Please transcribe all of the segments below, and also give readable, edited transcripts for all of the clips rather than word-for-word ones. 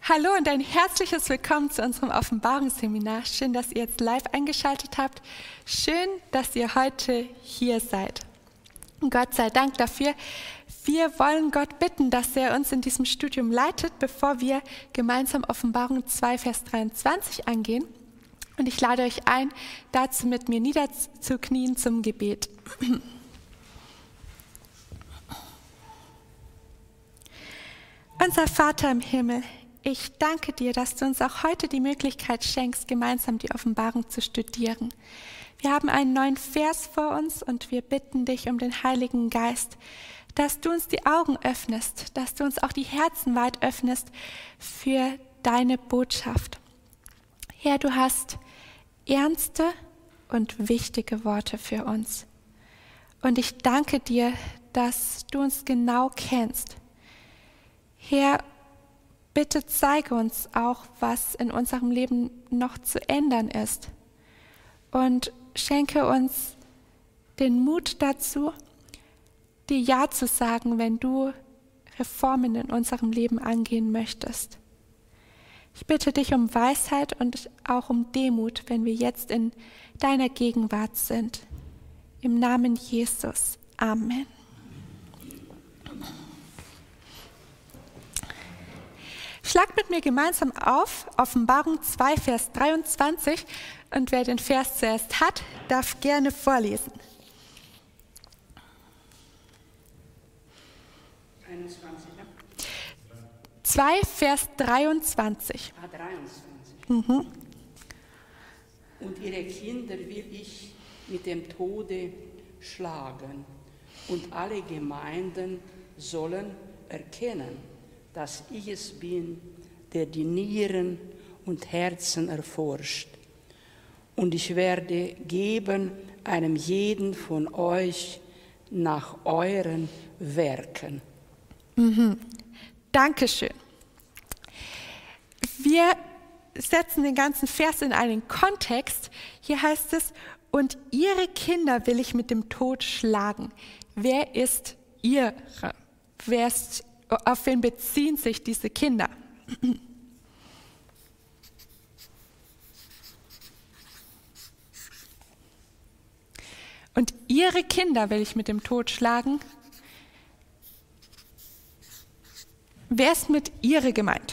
Hallo und ein herzliches Willkommen zu unserem Offenbarungsseminar. Schön, dass ihr jetzt live eingeschaltet habt. Schön, dass ihr heute hier seid. Und Gott sei Dank dafür. Wir wollen Gott bitten, dass er uns in diesem Studium leitet, bevor wir gemeinsam Offenbarung 2, Vers 23 angehen. Und ich lade euch ein, dazu mit mir niederzuknien zum Gebet. Unser Vater im Himmel, ich danke dir, dass du uns auch heute die Möglichkeit schenkst, gemeinsam die Offenbarung zu studieren. Wir haben einen neuen Vers vor uns und wir bitten dich um den Heiligen Geist, dass du uns die Augen öffnest, dass du uns auch die Herzen weit öffnest für deine Botschaft. Herr, du hast ernste und wichtige Worte für uns. Und ich danke dir, dass du uns genau kennst. Herr, bitte zeige uns auch, was in unserem Leben noch zu ändern ist. Und schenke uns den Mut dazu, dir Ja zu sagen, wenn du Reformen in unserem Leben angehen möchtest. Ich bitte dich um Weisheit und auch um Demut, wenn wir jetzt in deiner Gegenwart sind. Im Namen Jesus. Amen. Schlagt mit mir gemeinsam auf Offenbarung 2, Vers 23 und wer den Vers zuerst hat, darf gerne vorlesen. 21, ja? 2, Vers 23. 23. Und ihre Kinder will ich mit dem Tode schlagen, und alle Gemeinden sollen erkennen, dass ich es bin, der die Nieren und Herzen erforscht. Und ich werde geben einem jeden von euch nach euren Werken. Dankeschön. Wir setzen den ganzen Vers in einen Kontext. Hier heißt es, und ihre Kinder will ich mit dem Tod schlagen. Wer ist ihre? Auf wen beziehen sich diese Kinder? Und ihre Kinder will ich mit dem Tod schlagen. Wer ist mit ihre gemeint?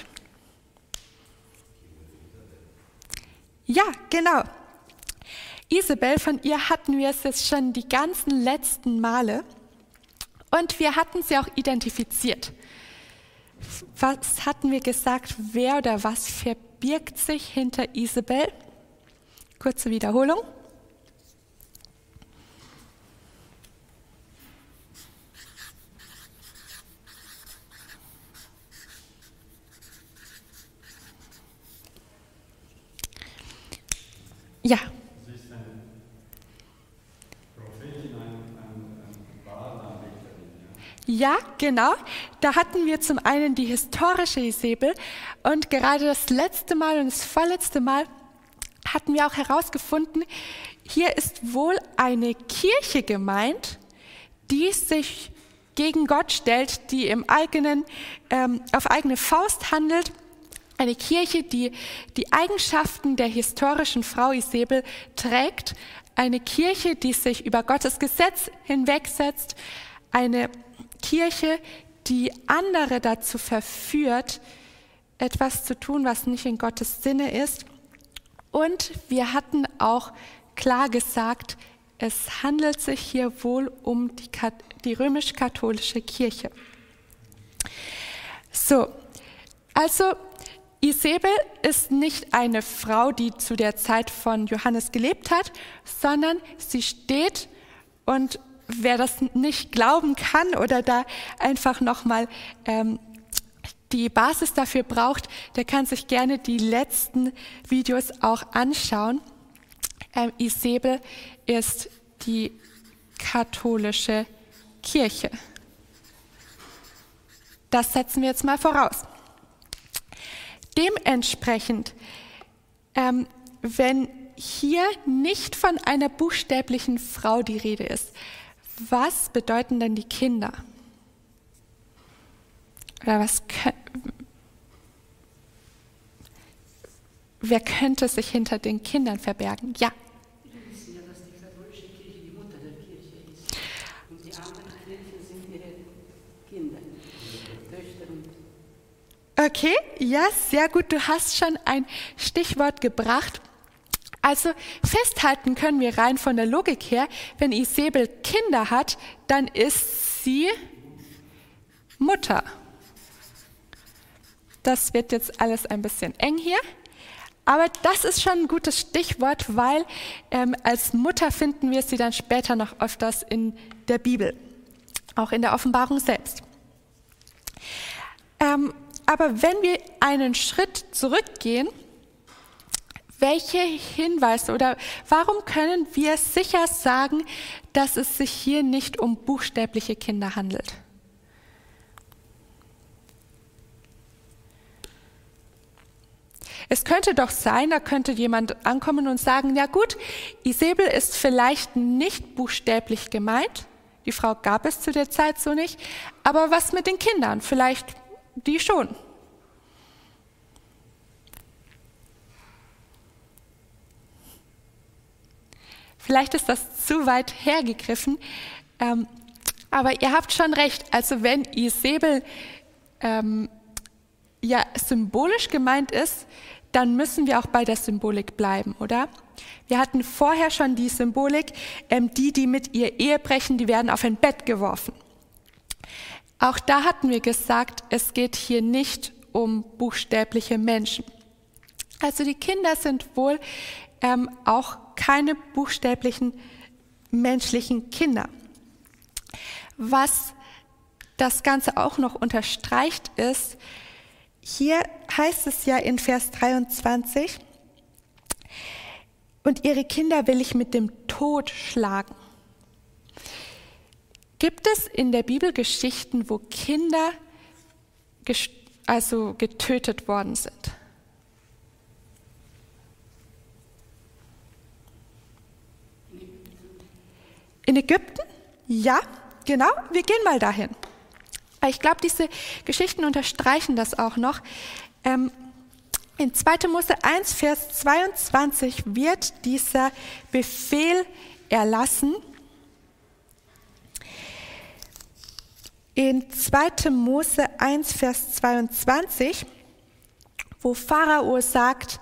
Ja, genau. Isabel, von ihr hatten wir es jetzt schon die ganzen letzten Male und wir hatten sie auch identifiziert. Was hatten wir gesagt, wer oder was verbirgt sich hinter Isabel? Kurze Wiederholung. Ja. Sie ist eine Prophetin, eine Wahrnachrichterin. Ja, genau. Da hatten wir zum einen die historische Isabel und gerade das letzte Mal und das vorletzte Mal hatten wir auch herausgefunden, hier ist wohl eine Kirche gemeint, die sich gegen Gott stellt, die auf eigene Faust handelt. Eine Kirche, die die Eigenschaften der historischen Frau Isabel trägt. Eine Kirche, die sich über Gottes Gesetz hinwegsetzt. Eine Kirche, die andere dazu verführt, etwas zu tun, was nicht in Gottes Sinne ist. Und wir hatten auch klar gesagt, es handelt sich hier wohl um die römisch-katholische Kirche. So, also Isabel ist nicht eine Frau, die zu der Zeit von Johannes gelebt hat, sondern sie steht, und wer das nicht glauben kann oder da einfach nochmal die Basis dafür braucht, der kann sich gerne die letzten Videos auch anschauen. Isabel ist die katholische Kirche. Das setzen wir jetzt mal voraus. Dementsprechend, wenn hier nicht von einer buchstäblichen Frau die Rede ist, was bedeuten denn die Kinder? Oder wer könnte sich hinter den Kindern verbergen? Ja. Wir wissen ja, dass die katholische Kirche die Mutter der Kirche ist. Und die anderen Kirchen sind ihre Kinder, Töchter und... Okay, ja, sehr gut. Du hast schon ein Stichwort gebracht. Also festhalten können wir rein von der Logik her, wenn Isabel Kinder hat, dann ist sie Mutter. Das wird jetzt alles ein bisschen eng hier, aber das ist schon ein gutes Stichwort, weil als Mutter finden wir sie dann später noch öfters in der Bibel, auch in der Offenbarung selbst. Aber wenn wir einen Schritt zurückgehen, welche Hinweise oder warum können wir sicher sagen, dass es sich hier nicht um buchstäbliche Kinder handelt? Es könnte doch sein, da könnte jemand ankommen und sagen, ja gut, Isabel ist vielleicht nicht buchstäblich gemeint, die Frau gab es zu der Zeit so nicht, aber was mit den Kindern? Vielleicht die schon. Vielleicht ist das zu weit hergegriffen, aber ihr habt schon recht. Also wenn Isabel ja symbolisch gemeint ist, dann müssen wir auch bei der Symbolik bleiben, oder? Wir hatten vorher schon die Symbolik, die mit ihr Ehe brechen, die werden auf ein Bett geworfen. Auch da hatten wir gesagt, es geht hier nicht um buchstäbliche Menschen. Also die Kinder sind wohl auch keine buchstäblichen menschlichen Kinder. Was das Ganze auch noch unterstreicht ist, hier heißt es ja in Vers 23, und ihre Kinder will ich mit dem Tod schlagen. Gibt es in der Bibel Geschichten, wo Kinder getötet worden sind? In Ägypten? Ja, genau. Wir gehen mal dahin. Ich glaube, diese Geschichten unterstreichen das auch noch. In 2. Mose 1, Vers 22 wird dieser Befehl erlassen. In 2. Mose 1, Vers 22, wo Pharao sagt,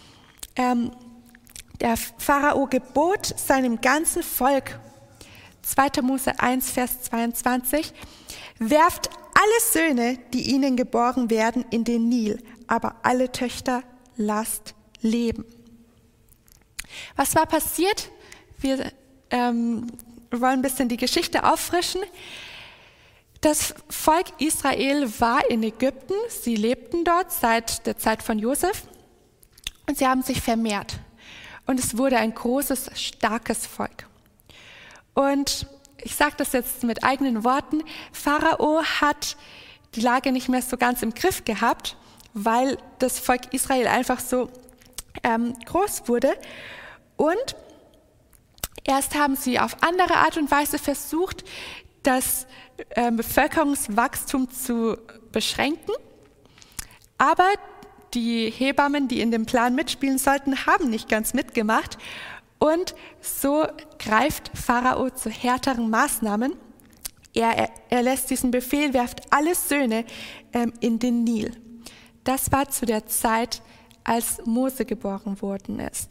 der Pharao gebot seinem ganzen Volk, 2. Mose 1, Vers 22, werft alle Söhne, die ihnen geboren werden, in den Nil, aber alle Töchter lasst leben. Was war passiert? Wir wollen ein bisschen die Geschichte auffrischen. Das Volk Israel war in Ägypten, sie lebten dort seit der Zeit von Josef und sie haben sich vermehrt. Und es wurde ein großes, starkes Volk. Und ich sage das jetzt mit eigenen Worten, Pharao hat die Lage nicht mehr so ganz im Griff gehabt, weil das Volk Israel einfach so groß wurde. Und erst haben sie auf andere Art und Weise versucht, das Bevölkerungswachstum zu beschränken. Aber die Hebammen, die in dem Plan mitspielen sollten, haben nicht ganz mitgemacht. Und so greift Pharao zu härteren Maßnahmen. Er lässt diesen Befehl, werft alle Söhne in den Nil. Das war zu der Zeit, als Mose geboren worden ist.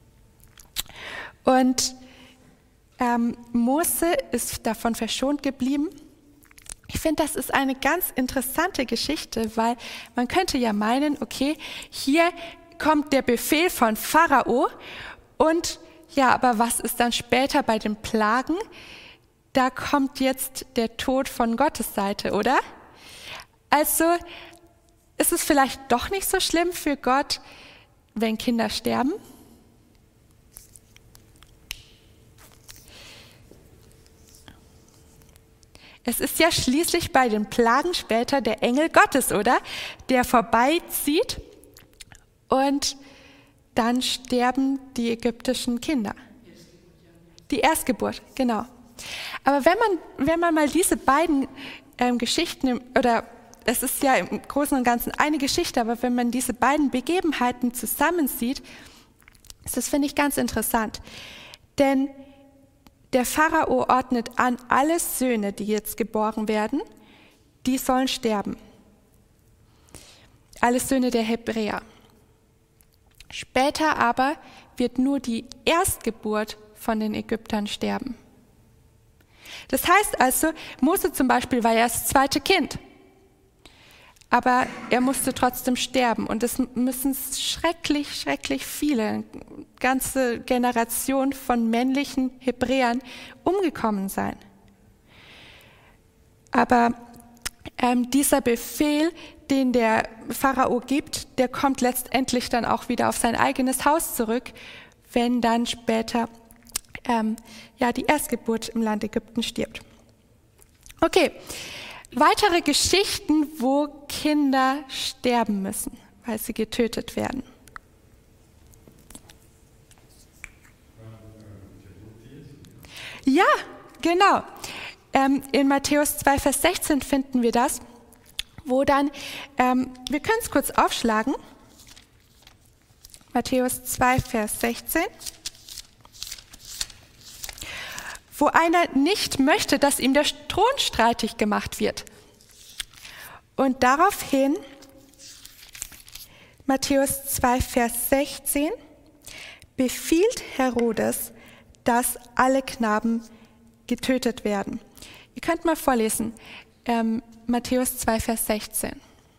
Und Mose ist davon verschont geblieben. Ich finde, das ist eine ganz interessante Geschichte, weil man könnte ja meinen, okay, hier kommt der Befehl von Pharao und ja, aber was ist dann später bei den Plagen? Da kommt jetzt der Tod von Gottes Seite, oder? Also ist es vielleicht doch nicht so schlimm für Gott, wenn Kinder sterben? Es ist ja schließlich bei den Plagen später der Engel Gottes, oder? Der vorbeizieht und dann sterben die ägyptischen Kinder. Die Erstgeburt, genau. Aber wenn man mal diese beiden Geschichten oder es ist ja im Großen und Ganzen eine Geschichte, aber wenn man diese beiden Begebenheiten zusammensieht, ist das, finde ich, ganz interessant. Denn der Pharao ordnet an, alle Söhne, die jetzt geboren werden, die sollen sterben. Alle Söhne der Hebräer. Später aber wird nur die Erstgeburt von den Ägyptern sterben. Das heißt also, Mose zum Beispiel war ja das zweite Kind, aber er musste trotzdem sterben. Und es müssen schrecklich, schrecklich viele, eine ganze Generation von männlichen Hebräern umgekommen sein. Aber dieser Befehl, den der Pharao gibt, der kommt letztendlich dann auch wieder auf sein eigenes Haus zurück, wenn dann später die Erstgeburt im Land Ägypten stirbt. Okay, weitere Geschichten, wo Kinder sterben müssen, weil sie getötet werden. Ja, genau. In Matthäus 2, Vers 16 finden wir das, wo dann, wir können es kurz aufschlagen, Matthäus 2, Vers 16, wo einer nicht möchte, dass ihm der Thron streitig gemacht wird. Und daraufhin, Matthäus 2, Vers 16, befiehlt Herodes, dass alle Knaben getötet werden. Ihr könnt mal vorlesen, Matthäus 2, Vers 16.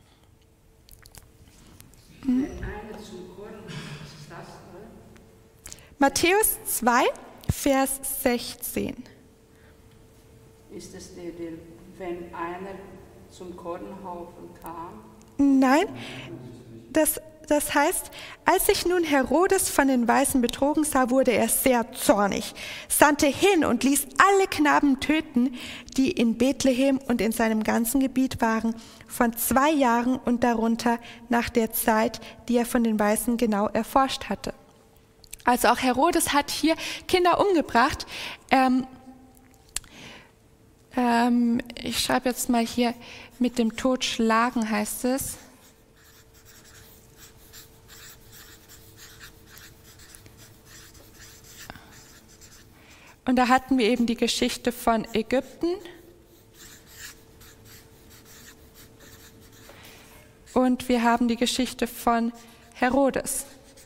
Matthäus 2, Vers 16. Ist es wenn einer zum Kornhaufen kam? Nein, das heißt, als sich nun Herodes von den Weisen betrogen sah, wurde er sehr zornig, sandte hin und ließ alle Knaben töten, die in Bethlehem und in seinem ganzen Gebiet waren, von 2 Jahren und darunter nach der Zeit, die er von den Weisen genau erforscht hatte. Also auch Herodes hat hier Kinder umgebracht. Ich schreibe jetzt mal hier mit dem Totschlagen heißt es. Und da hatten wir eben die Geschichte von Ägypten. Und wir haben die Geschichte von Herodes.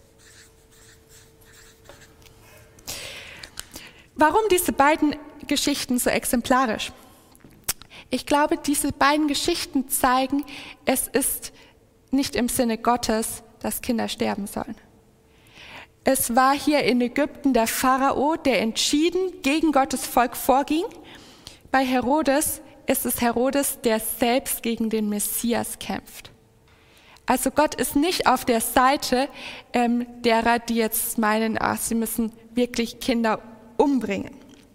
Warum diese beiden Geschichten so exemplarisch? Ich glaube, diese beiden Geschichten zeigen, es ist nicht im Sinne Gottes, dass Kinder sterben sollen. Es war hier in Ägypten der Pharao, der entschieden gegen Gottes Volk vorging. Bei Herodes ist es Herodes, der selbst gegen den Messias kämpft. Also Gott ist nicht auf der Seite derer, die jetzt meinen, sie müssen wirklich Kinder umbringen.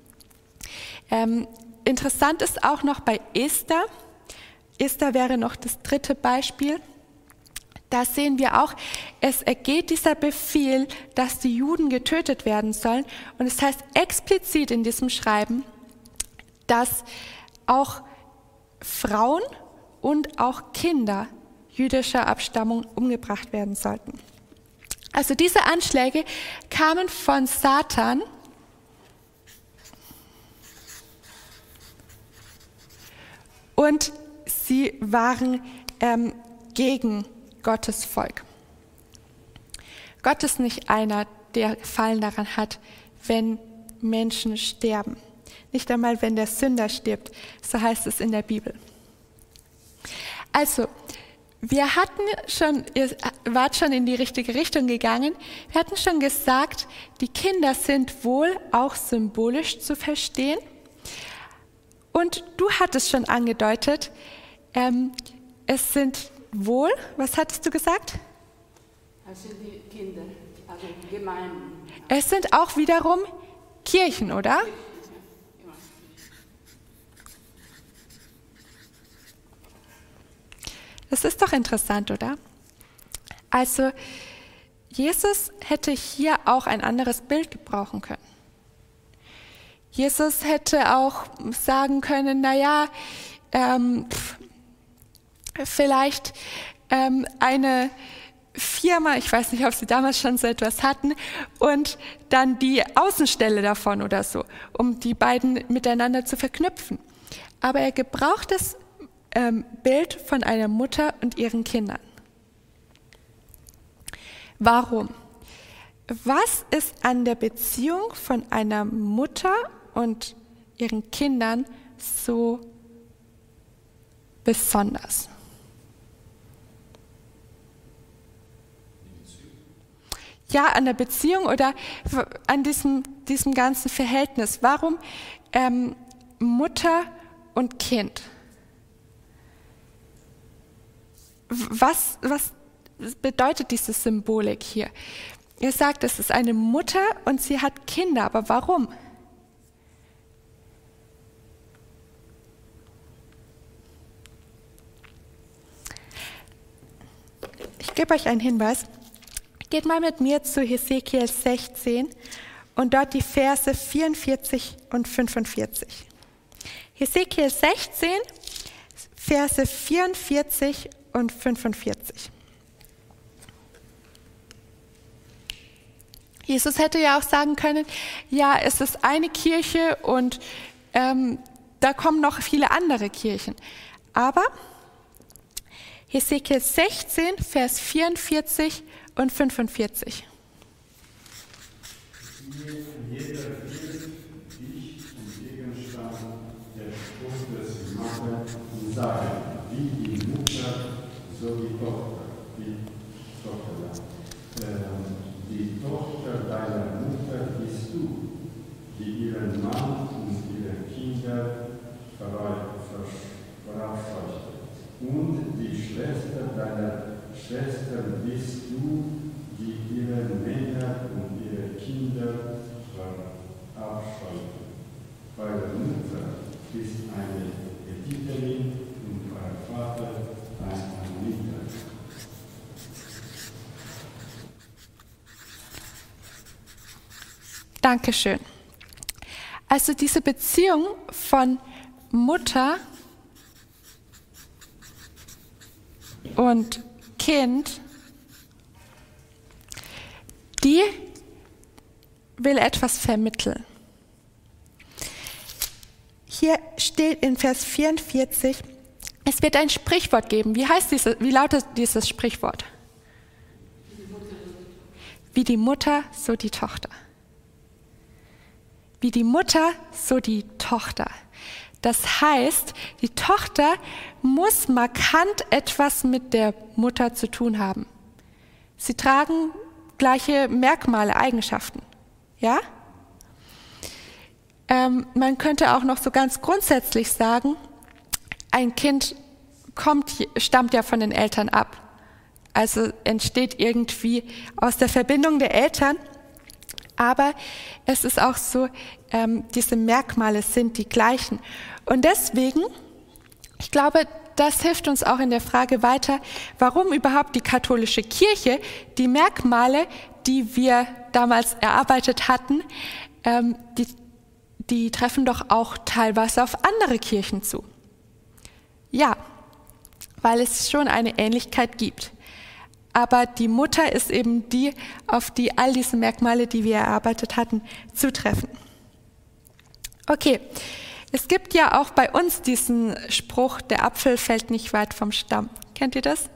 Interessant ist auch noch bei Esther. Esther wäre noch das dritte Beispiel. Da sehen wir auch, es ergeht dieser Befehl, dass die Juden getötet werden sollen. Und es heißt explizit in diesem Schreiben, dass auch Frauen und auch Kinder jüdischer Abstammung umgebracht werden sollten. Also diese Anschläge kamen von Satan. Und sie waren gegen Gottes Volk. Gott ist nicht einer, der Gefallen daran hat, wenn Menschen sterben. Nicht einmal, wenn der Sünder stirbt, so heißt es in der Bibel. Also, ihr wart schon in die richtige Richtung gegangen. Wir hatten schon gesagt, die Kinder sind wohl auch symbolisch zu verstehen. Und du hattest schon angedeutet, es sind wohl, was hattest du gesagt? Das sind die Kinder, also Gemeinden. Es sind auch wiederum Kirchen, oder? Das ist doch interessant, oder? Also, Jesus hätte hier auch ein anderes Bild gebrauchen können. Jesus hätte auch sagen können, vielleicht eine Firma, ich weiß nicht, ob sie damals schon so etwas hatten, und dann die Außenstelle davon oder so, um die beiden miteinander zu verknüpfen. Aber er gebraucht das Bild von einer Mutter und ihren Kindern. Warum? Was ist an der Beziehung von einer Mutter und ihren Kindern so besonders? Ja, an der Beziehung oder an diesem ganzen Verhältnis. Warum Mutter und Kind? Was bedeutet diese Symbolik hier? Er sagt, es ist eine Mutter und sie hat Kinder, aber warum? Ich gebe euch einen Hinweis. Geht mal mit mir zu Hesekiel 16 und dort die Verse 44 und 45. Hesekiel 16, Verse 44 und 45. Jesus hätte ja auch sagen können, ja, es ist eine Kirche und da kommen noch viele andere Kirchen. Aber Hesekiel 16, Vers 44 und 45. Jeder findet dich und Gegenstand der Spruch des Macher und sagt, wie die Mutter, so die Tochter. Die Tochter deiner Mutter bist du, die ihren Mann und ihre Kinder verabscheut. Und die Schwester deiner Schwester bist du, die ihre Männer und ihre Kinder verabscheut. Eure Mutter ist eine Ägypterin und euer Vater ein Ammoniter. Dankeschön. Also diese Beziehung von Mutter und Kind, die will etwas vermitteln. Hier steht in Vers 44, es wird ein Sprichwort geben. Wie lautet dieses Sprichwort? Wie die Mutter, so die Tochter. Wie die Mutter, so die Tochter. Das heißt, die Tochter muss markant etwas mit der Mutter zu tun haben. Sie tragen gleiche Merkmale, Eigenschaften. Ja? Man könnte auch noch so ganz grundsätzlich sagen, ein Kind stammt ja von den Eltern ab. Also entsteht irgendwie aus der Verbindung der Eltern. Aber es ist auch so, diese Merkmale sind die gleichen. Und deswegen, ich glaube, das hilft uns auch in der Frage weiter, warum überhaupt die katholische Kirche die Merkmale, die wir damals erarbeitet hatten, die treffen doch auch teilweise auf andere Kirchen zu. Ja, weil es schon eine Ähnlichkeit gibt. Aber die Mutter ist eben die, auf die all diese Merkmale, die wir erarbeitet hatten, zutreffen. Okay, es gibt ja auch bei uns diesen Spruch, der Apfel fällt nicht weit vom Stamm. Kennt ihr das?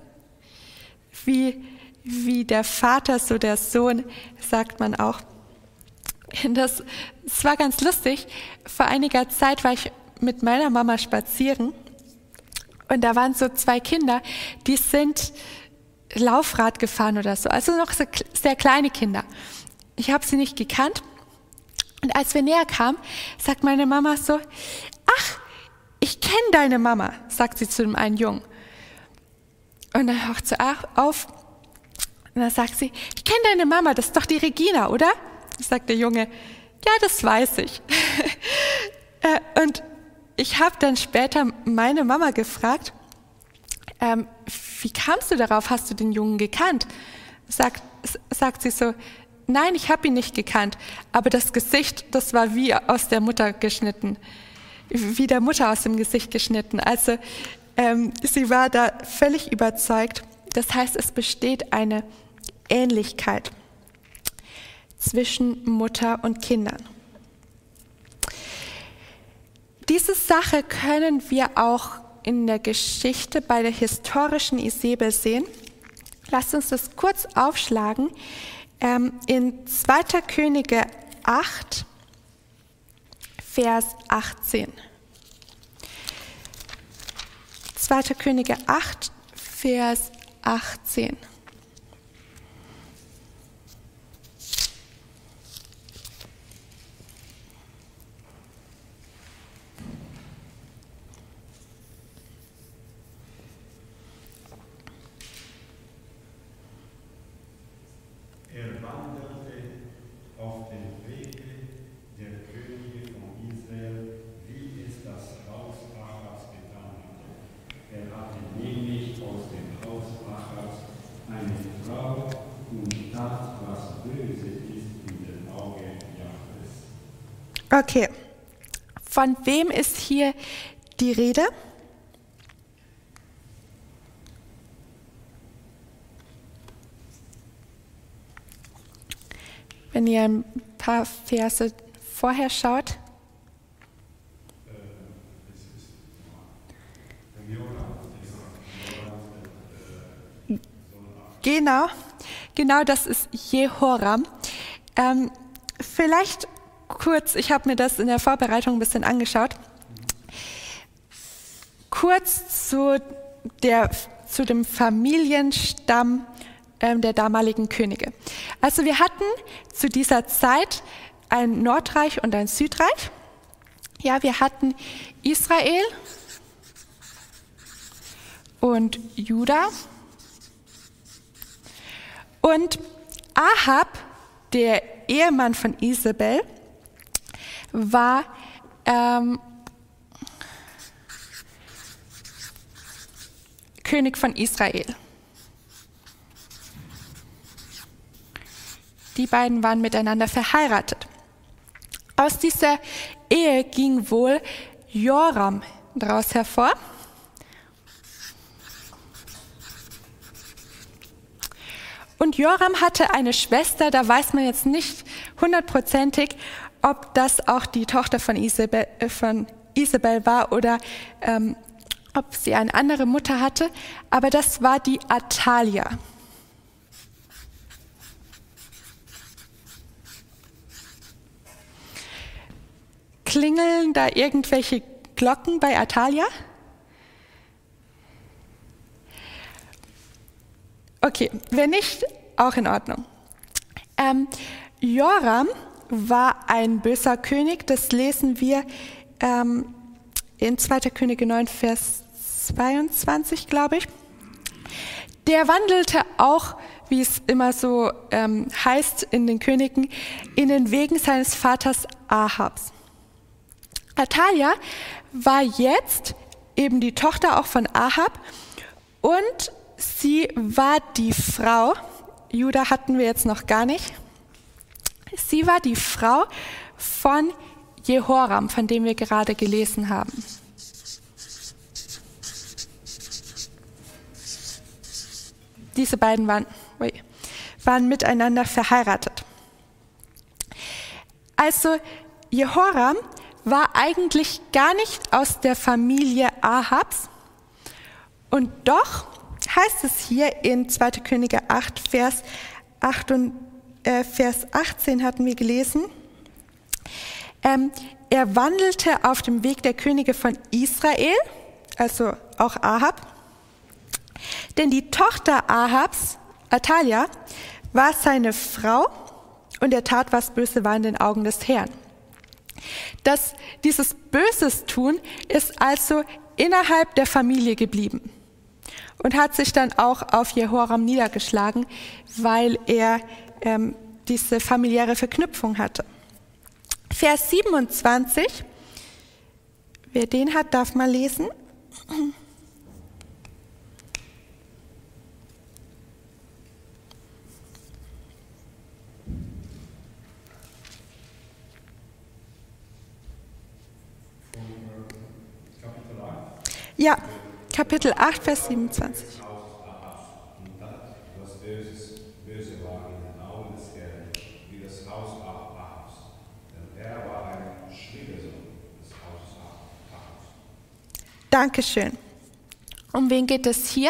Wie der Vater, so der Sohn, sagt man auch. Das war ganz lustig. Vor einiger Zeit war ich mit meiner Mama spazieren und da waren so zwei Kinder, die sind Laufrad gefahren oder so, also noch sehr kleine Kinder. Ich habe sie nicht gekannt und als wir näher kamen, sagt meine Mama so, ach, ich kenne deine Mama, sagt sie zu dem einen Jungen. Und dann haucht sie auf und dann sagt sie, ich kenne deine Mama, das ist doch die Regina, oder? Sagt der Junge, ja, das weiß ich. Und ich habe dann später meine Mama gefragt, wie kamst du darauf? Hast du den Jungen gekannt? Sagt sie so, nein, ich habe ihn nicht gekannt. Aber das Gesicht, das war wie aus der Mutter geschnitten. Wie der Mutter aus dem Gesicht geschnitten. Also sie war da völlig überzeugt. Das heißt, es besteht eine Ähnlichkeit zwischen Mutter und Kindern. Diese Sache können wir auch in der Geschichte bei der historischen Isabel sehen. Lasst uns das kurz aufschlagen. In 2. Könige 8, Vers 18. 2. Könige 8, Vers 18. Er wanderte auf dem Wege der Könige von Israel, wie es das Haus Achabs getan hatte. Er hatte nämlich aus dem Haus Achabs eine Frau und tat, was böse ist in den Augen Jahwes. Okay, von wem ist hier die Rede? Wenn ihr ein paar Verse vorher schaut. Genau, das ist Jehoram. Vielleicht kurz, ich habe mir das in der Vorbereitung ein bisschen angeschaut. Kurz zu dem Familienstamm der damaligen Könige. Also wir hatten zu dieser Zeit ein Nordreich und ein Südreich. Ja, wir hatten Israel und Juda. Und Ahab, der Ehemann von Isabel, war König von Israel. Die beiden waren miteinander verheiratet. Aus dieser Ehe ging wohl Joram daraus hervor. Und Joram hatte eine Schwester, da weiß man jetzt nicht hundertprozentig, ob das auch die Tochter von Isabel war oder ob sie eine andere Mutter hatte, aber das war die Athalia. Klingeln da irgendwelche Glocken bei Athalia? Okay, wenn nicht, auch in Ordnung. Joram war ein böser König, das lesen wir in 2. Könige 9, Vers 22, glaube ich. Der wandelte auch, wie es immer so heißt in den Königen, in den Wegen seines Vaters Ahabs. Athalia war jetzt eben die Tochter auch von Ahab und sie war die Frau, Juda hatten wir jetzt noch gar nicht, sie war die Frau von Jehoram, von dem wir gerade gelesen haben. Diese beiden waren miteinander verheiratet. Also Jehoram war eigentlich gar nicht aus der Familie Ahabs und doch heißt es hier in 2. Könige 8, Vers 18 hatten wir gelesen, er wandelte auf dem Weg der Könige von Israel, also auch Ahab, denn die Tochter Ahabs, Athalia, war seine Frau und er tat, was böse war in den Augen des Herrn. Dieses Böses tun ist also innerhalb der Familie geblieben und hat sich dann auch auf Jehoram niedergeschlagen, weil er diese familiäre Verknüpfung hatte. Vers 27, wer den hat, darf mal lesen. Ja, Kapitel 8, Vers 27. Und das Böse war in den Augen des Herrn, wie das Haus Ahabs. Denn er war ein Schwiegersohn des Hauses Ahabs. Dankeschön. Um wen geht es hier?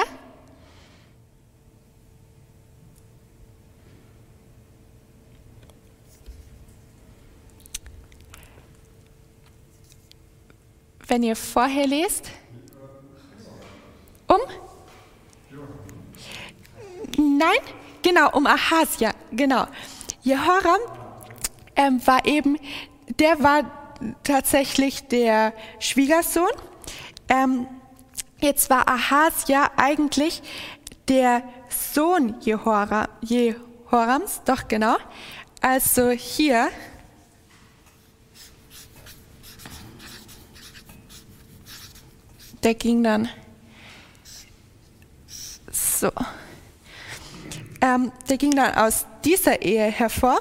Wenn ihr vorher lest, Nein, genau, um Ahasja, genau. Jehoram war tatsächlich der Schwiegersohn. Jetzt war Ahasja eigentlich der Sohn Jehorams, doch genau. Also hier der ging dann so. Der ging dann aus dieser Ehe hervor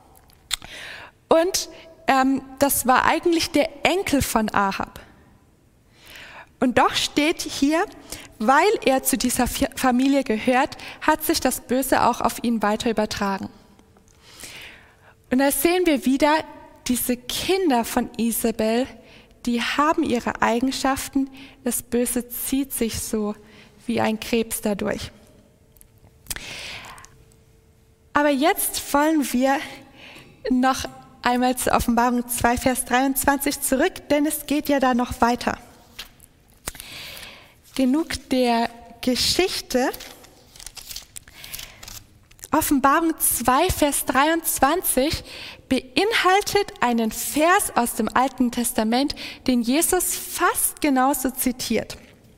und das war eigentlich der Enkel von Ahab. Und doch steht hier, weil er zu dieser Familie gehört, hat sich das Böse auch auf ihn weiter übertragen. Und da sehen wir wieder, diese Kinder von Isabel, die haben ihre Eigenschaften, das Böse zieht sich so wie ein Krebs dadurch. Aber jetzt wollen wir noch einmal zur Offenbarung 2, Vers 23 zurück, denn es geht ja da noch weiter. Genug der Geschichte. Offenbarung 2, Vers 23 beinhaltet einen Vers aus dem Alten Testament, den Jesus fast genauso zitiert.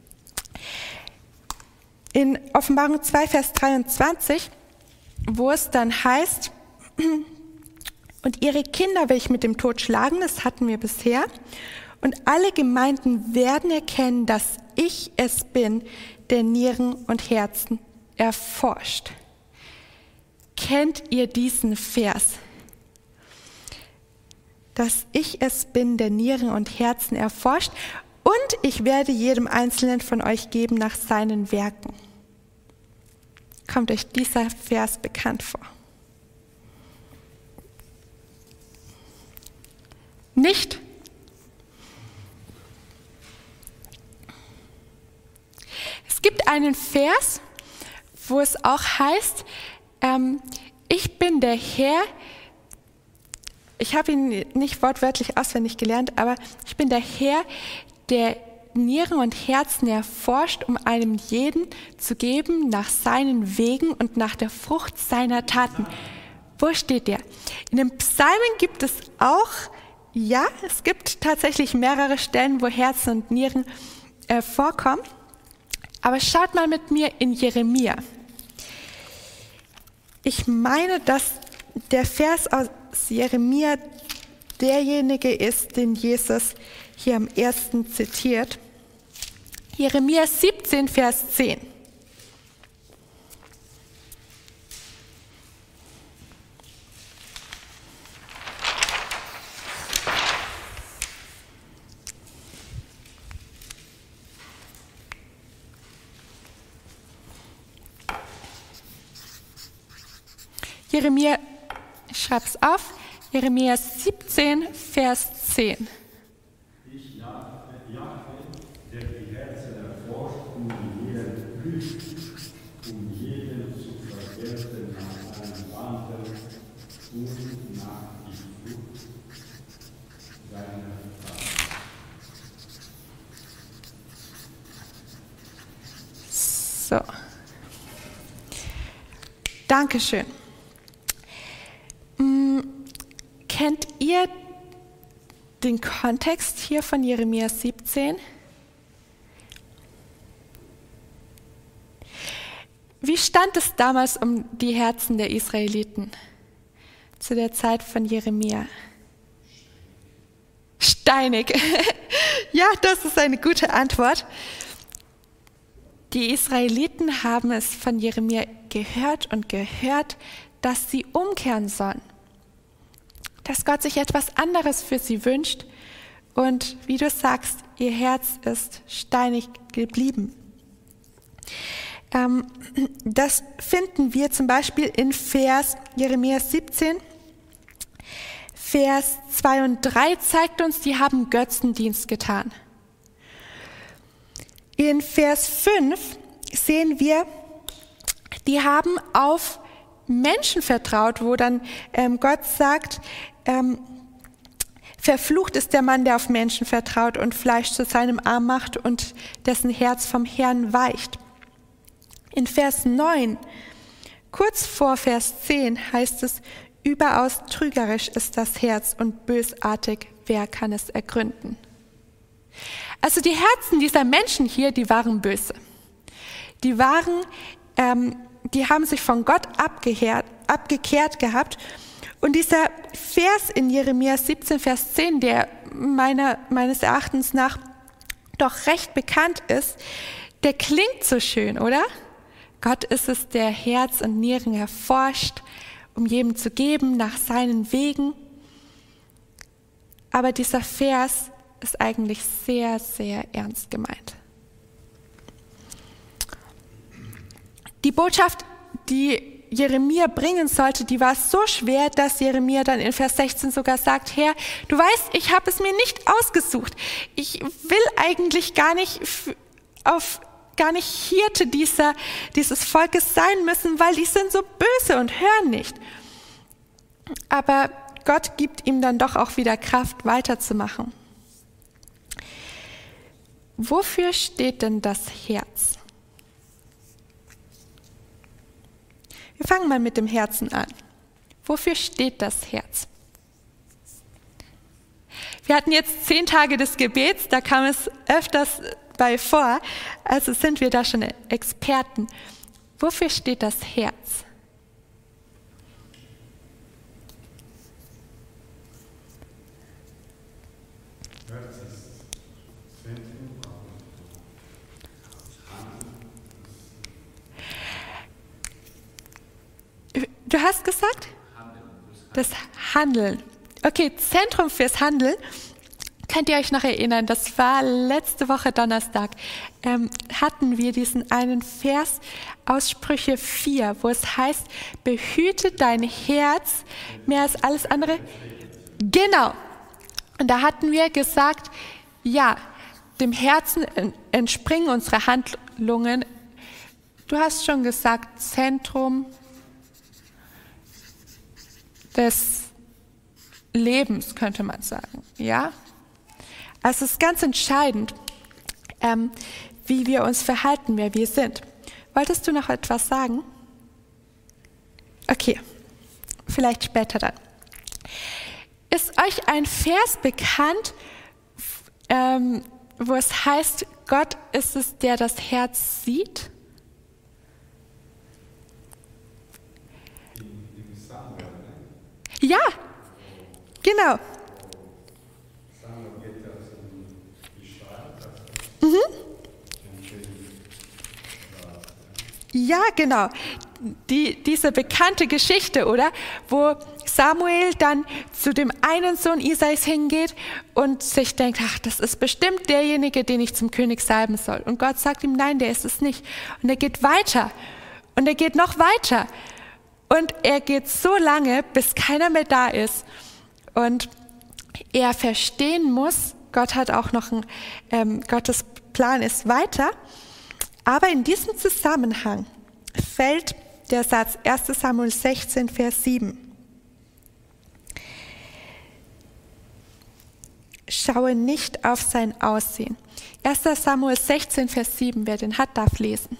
In Offenbarung 2, Vers 23, wo es dann heißt, und ihre Kinder will ich mit dem Tod schlagen, das hatten wir bisher, und alle Gemeinden werden erkennen, dass ich es bin, der Nieren und Herzen erforscht. Kennt ihr diesen Vers? Dass ich es bin, der Nieren und Herzen erforscht, und ich werde jedem Einzelnen von euch geben nach seinen Werken. Kommt euch dieser Vers bekannt vor? Nicht? Es gibt einen Vers, wo es auch heißt, ich bin der Herr, ich habe ihn nicht wortwörtlich auswendig gelernt, aber ich bin der Herr, der Nieren und Herzen erforscht, um einem jeden zu geben nach seinen Wegen und nach der Frucht seiner Taten. Wo steht der? In den Psalmen gibt es auch, ja, es gibt tatsächlich mehrere Stellen, wo Herzen und Nieren vorkommen. Aber schaut mal mit mir in Jeremia. Ich meine, dass der Vers aus Jeremia derjenige ist, den Jesus hier am ersten zitiert. Jeremia 17, Vers 10. Jeremia, ich schreibe es auf, Jeremia 17, Vers 10. Ich Jahwe, der die Herzen erforscht, um jeden prüft, um jeden zu vergelten nach seinem Wandel und nach die Frucht seiner Taten. So. Dankeschön. Kennt ihr den Kontext hier von Jeremia 17? Wie stand es damals um die Herzen der Israeliten zu der Zeit von Jeremia? Steinig. Ja, das ist eine gute Antwort. Die Israeliten haben es von Jeremia gehört und gehört, dass sie umkehren sollen, dass Gott sich etwas anderes für sie wünscht Und wie du sagst, ihr Herz ist steinig geblieben. Das finden wir zum Beispiel in Jeremia 17, Vers 2 und 3 zeigt uns, die haben Götzendienst getan. In Vers 5 sehen wir, die haben auf Menschen vertraut, wo dann Gott sagt, verflucht ist der Mann, der auf Menschen vertraut und Fleisch zu seinem Arm macht und dessen Herz vom Herrn weicht. In Vers 9, kurz vor Vers 10 heißt es, überaus trügerisch ist das Herz und bösartig, wer kann es ergründen? Also die Herzen dieser Menschen hier, die waren böse. Die haben sich von Gott abgekehrt gehabt. Und dieser Vers in Jeremia 17, Vers 10, der meines Erachtens nach doch recht bekannt ist, der klingt so schön, oder? Gott ist es, der Herz und Nieren erforscht, um jedem zu geben nach seinen Wegen. Aber dieser Vers ist eigentlich sehr, sehr ernst gemeint. Die Botschaft, die Jeremia bringen sollte, die war so schwer, dass Jeremia dann in Vers 16 sogar sagt, Herr, du weißt, ich habe es mir nicht ausgesucht. Ich will eigentlich gar nicht Hirte dieses Volkes sein müssen, weil die sind so böse und hören nicht. Aber Gott gibt ihm dann doch auch wieder Kraft, weiterzumachen. Wofür steht denn das Herz? Wir fangen mal mit dem Herzen an. Wofür steht das Herz? Wir hatten jetzt 10 Tage des Gebets, da kam es öfters bei vor, also sind wir da schon Experten. Wofür steht das Herz? Du hast gesagt? Das Handeln. Okay, Zentrum fürs Handeln. Könnt ihr euch noch erinnern, das war letzte Woche Donnerstag, hatten wir diesen einen Vers aus Sprüche 4, wo es heißt, behüte dein Herz mehr als alles andere. Genau. Und da hatten wir gesagt, ja, dem Herzen entspringen unsere Handlungen. Du hast schon gesagt, Zentrum des Lebens, könnte man sagen, ja? Also es ist ganz entscheidend, wie wir uns verhalten, wer wir sind. Wolltest du noch etwas sagen? Okay, vielleicht später dann. Ist euch ein Vers bekannt, wo es heißt, Gott ist es, der das Herz sieht? Ja, genau. Mhm. Ja, genau. Diese bekannte Geschichte, oder? Wo Samuel dann zu dem einen Sohn Isais hingeht und sich denkt, ach, das ist bestimmt derjenige, den ich zum König salben soll. Und Gott sagt ihm, nein, der ist es nicht. Und er geht weiter. Und er geht noch weiter. Und er geht so lange, bis keiner mehr da ist. Und er verstehen muss, Gott hat auch noch Gottes Plan ist weiter. Aber in diesem Zusammenhang fällt der Satz 1. Samuel 16, Vers 7. Schaue nicht auf sein Aussehen. 1. Samuel 16, Vers 7, wer den hat, darf lesen.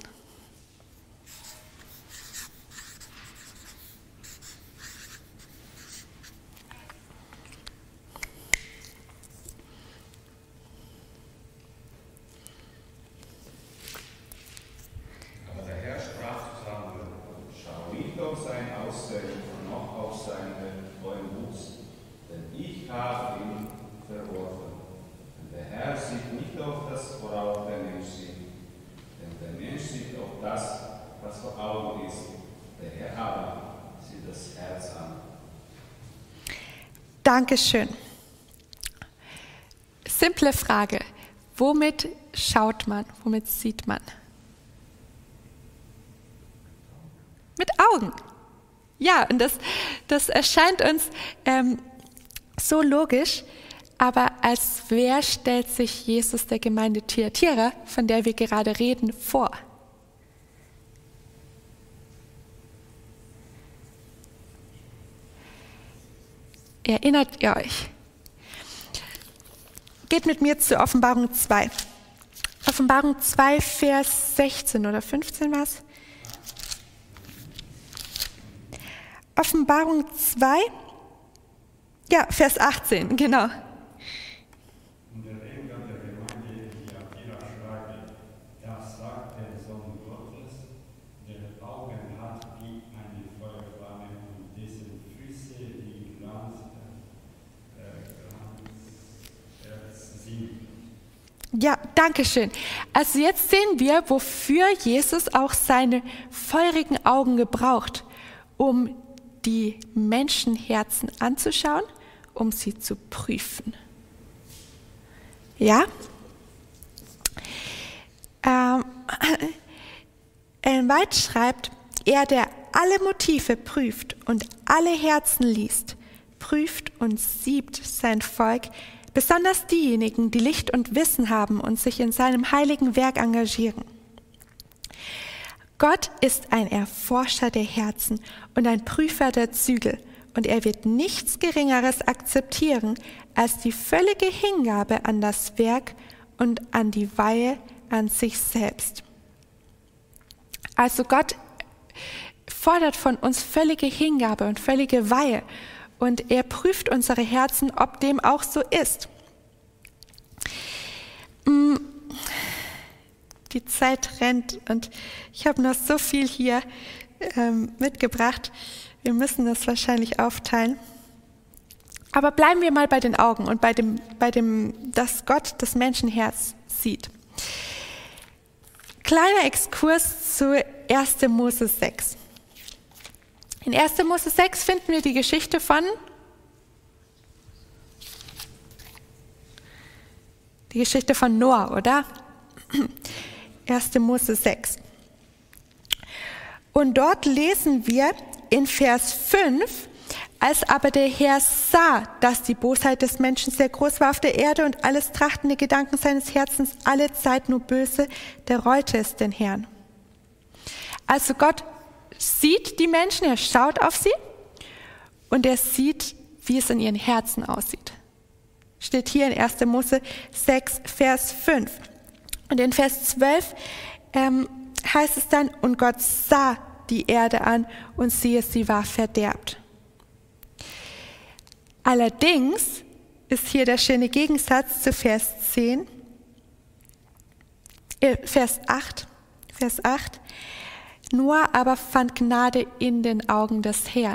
Dankeschön. simple Frage. Womit schaut man? Womit sieht man? Mit Augen. Ja, und das erscheint uns so logisch, aber als wer stellt sich Jesus der Gemeinde Thyatira, von der wir gerade reden, vor? Erinnert ihr euch? Geht mit mir zu Offenbarung 2. Offenbarung 2, Vers 16 oder 15 war es? Offenbarung 2, ja, Vers 18, genau. Und der Engel der Gemeinde in Thyatira schreibe, das sagt der Sohn Gottes, der Augen hat wie eine Feuerflamme und dessen Füße wie Glanz sind. Ja, danke schön. Also jetzt sehen wir, wofür Jesus auch seine feurigen Augen gebraucht, um die Menschenherzen anzuschauen, um sie zu prüfen. Ja? Ellen White schreibt, er, der alle Motive prüft und alle Herzen liest, prüft und siebt sein Volk, besonders diejenigen, die Licht und Wissen haben und sich in seinem heiligen Werk engagieren. Gott ist ein Erforscher der Herzen und ein Prüfer der Zügel, und er wird nichts Geringeres akzeptieren als die völlige Hingabe an das Werk und an die Weihe an sich selbst. Also Gott fordert von uns völlige Hingabe und völlige Weihe, und er prüft unsere Herzen, ob dem auch so ist. Die Zeit rennt und ich habe noch so viel hier mitgebracht. Wir müssen das wahrscheinlich aufteilen. Aber bleiben wir mal bei den Augen und bei dem, dass Gott das Menschenherz sieht. Kleiner Exkurs zu 1. Mose 6. In 1. Mose 6 finden wir die Geschichte von Noah, oder? 1. Mose 6. Und dort lesen wir in Vers 5, als aber der Herr sah, dass die Bosheit des Menschen sehr groß war auf der Erde und alles trachtende Gedanken seines Herzens alle Zeit nur böse, da reute es den Herrn. Also Gott sieht die Menschen, er schaut auf sie und er sieht, wie es in ihren Herzen aussieht. Steht hier in 1. Mose 6, Vers 5. Und in Vers 12 heißt es dann, und Gott sah die Erde an und siehe, sie war verderbt. Allerdings ist hier der schöne Gegensatz zu Vers 8. Noah aber fand Gnade in den Augen des Herrn.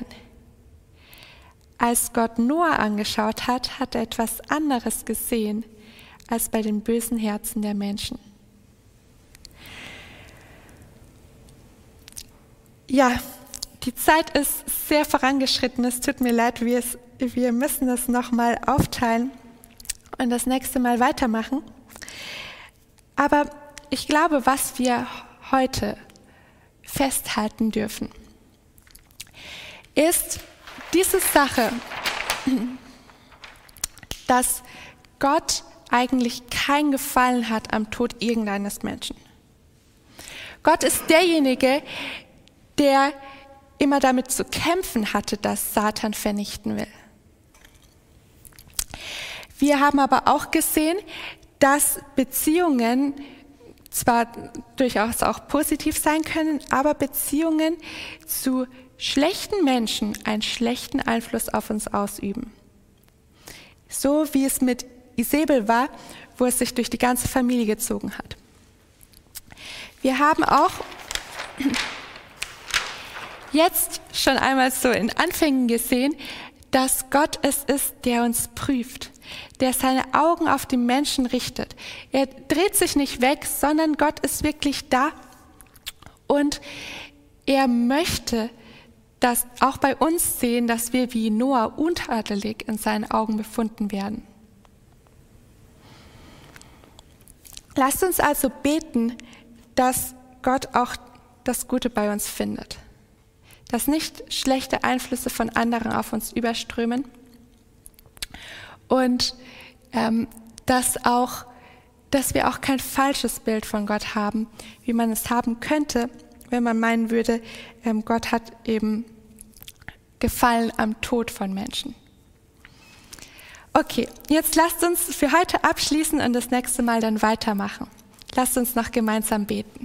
Als Gott Noah angeschaut hat, hat er etwas anderes gesehen als bei den bösen Herzen der Menschen. Ja, die Zeit ist sehr vorangeschritten. Es tut mir leid, wir müssen das nochmal aufteilen und das nächste Mal weitermachen. Aber ich glaube, was wir heute festhalten dürfen, ist diese Sache, dass Gott eigentlich keinen Gefallen hat am Tod irgendeines Menschen. Gott ist derjenige, der immer damit zu kämpfen hatte, dass Satan vernichten will. Wir haben aber auch gesehen, dass Beziehungen zwar durchaus auch positiv sein können, aber Beziehungen zu schlechten Menschen einen schlechten Einfluss auf uns ausüben. So wie es mit Isabel war, wo es sich durch die ganze Familie gezogen hat. Wir haben auch jetzt schon einmal so in Anfängen gesehen, dass Gott es ist, der uns prüft, der seine Augen auf die Menschen richtet. Er dreht sich nicht weg, sondern Gott ist wirklich da und er möchte das auch bei uns sehen, dass wir wie Noah untadelig in seinen Augen befunden werden. Lasst uns also beten, dass Gott auch das Gute bei uns findet. Dass nicht schlechte Einflüsse von anderen auf uns überströmen und dass wir auch kein falsches Bild von Gott haben, wie man es haben könnte, wenn man meinen würde, Gott hat eben Gefallen am Tod von Menschen. Okay, jetzt lasst uns für heute abschließen und das nächste Mal dann weitermachen. Lasst uns noch gemeinsam beten.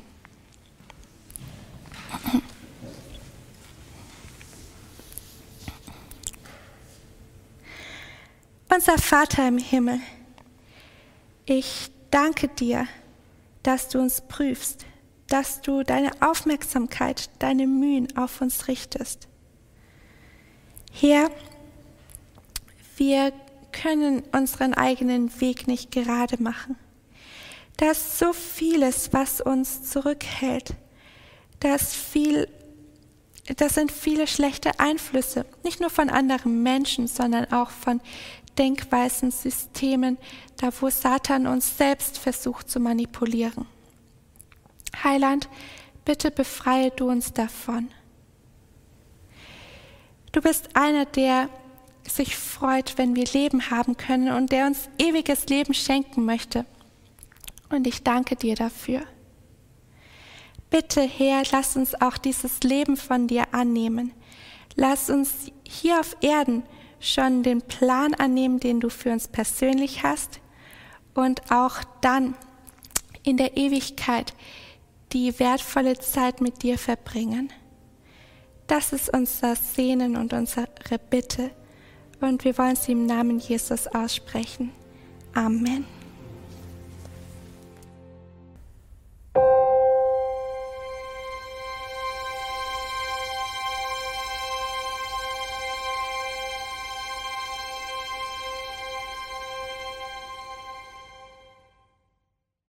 Unser Vater im Himmel, ich danke dir, dass du uns prüfst, dass du deine Aufmerksamkeit, deine Mühen auf uns richtest. Herr, wir können unseren eigenen Weg nicht gerade machen. Da ist so vieles, was uns zurückhält. Das sind viele schlechte Einflüsse, nicht nur von anderen Menschen, sondern auch von Denkweisen, Systemen, da wo Satan uns selbst versucht zu manipulieren. Heiland, bitte befreie du uns davon. Du bist einer, der sich freut, wenn wir Leben haben können und der uns ewiges Leben schenken möchte. Und ich danke dir dafür. Bitte, Herr, lass uns auch dieses Leben von dir annehmen. Lass uns hier auf Erden schon den Plan annehmen, den du für uns persönlich hast und auch dann in der Ewigkeit die wertvolle Zeit mit dir verbringen. Das ist unser Sehnen und unsere Bitte und wir wollen sie im Namen Jesus aussprechen. Amen.